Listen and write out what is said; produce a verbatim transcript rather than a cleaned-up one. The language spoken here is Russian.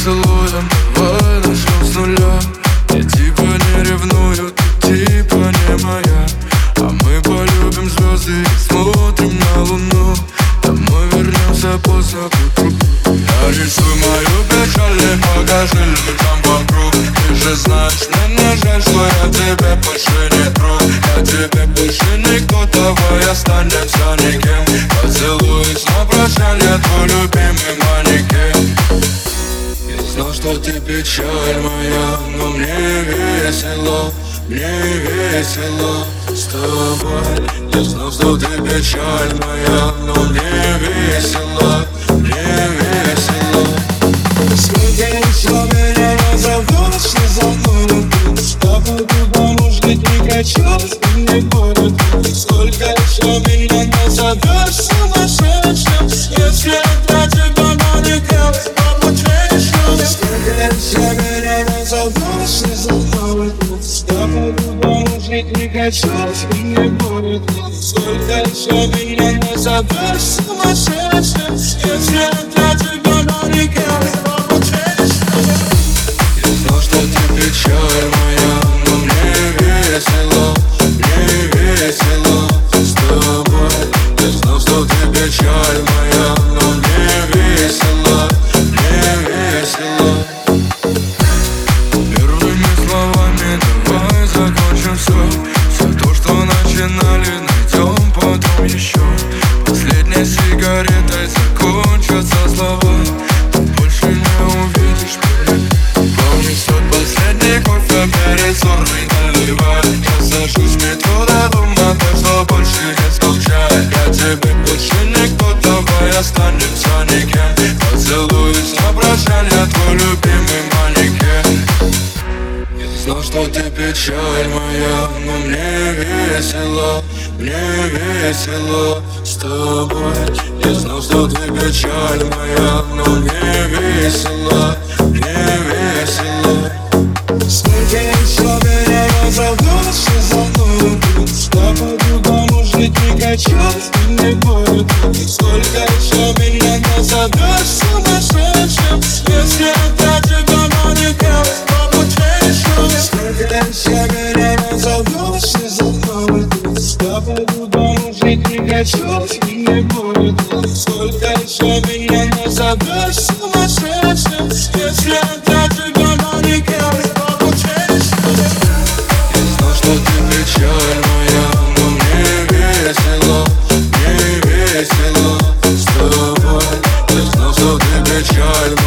поцелуем, давай начнем с нуля. Я типа не ревную, ты типа не моя. А мы полюбим звезды и смотрим на луну. Домой вернемся поздно к утру. Нарисуй мою печаль и покажи людям вокруг. Ты же знаешь, мне жаль, что я тебе больше не друг. Я тебе больше никто, давай останемся никем. Поцелуй на прощание, твой любимый манекен. Я знал, что ты печаль моя, но мне весело, мне весело с тобой. Я знал, что ты печаль моя, но мне весело, мне весело. Сколько еще меня назовешь, не забуду. С тобой буду жить, не хочу, и не буду. Сколько еще меня назовешь сумасшедшим, если я для тебя манекен, по-путешествию. Сколько еще меня назовешь, не забуду. С тобой буду жить, не хочу, и не буду. Сколько еще меня назовешь сумасшедшим, если я для тебя манекен, по-путешествию. Я знал, что ты печаль моя, но мне весело, мне весело с тобой. Я знал, что ты печаль моя, но мне весело, мне весело. Первыми словами давай закончим все. Все то, что начинали, найдем потом еще. Последней сигаретой закончатся слова. Ты больше не увидишь меня. Помнишь тот последний кофе перед ссорой наливай. Я сажусь в метро до дома, так что больше не скучай. Я тебе больше никто, давай останемся никем. Поцелуюсь на прощание, твой любимый манекен. Я знал, что ты печаль моя, но мне весело, мне весело с тобой. Я знал, что ты печаль моя, но мне весело, мне весело. Сколько еще меня назовешь, не забуду. С тобой буду жить, не хочу, и не буду. Сколько еще меня назовешь сумасшедшим, если я для тебя манекен, по-путешествию. Сколько еще меня назовешь, не забуду. С тобой буду жить, не хочу, и не буду. Сколько еще меня назовешь сумасшедшим, если я для тебя манекен, по-путешествию. Я знал, что ты печаль моя, но мне весело, мне весело с тобой. Я знал, что ты печаль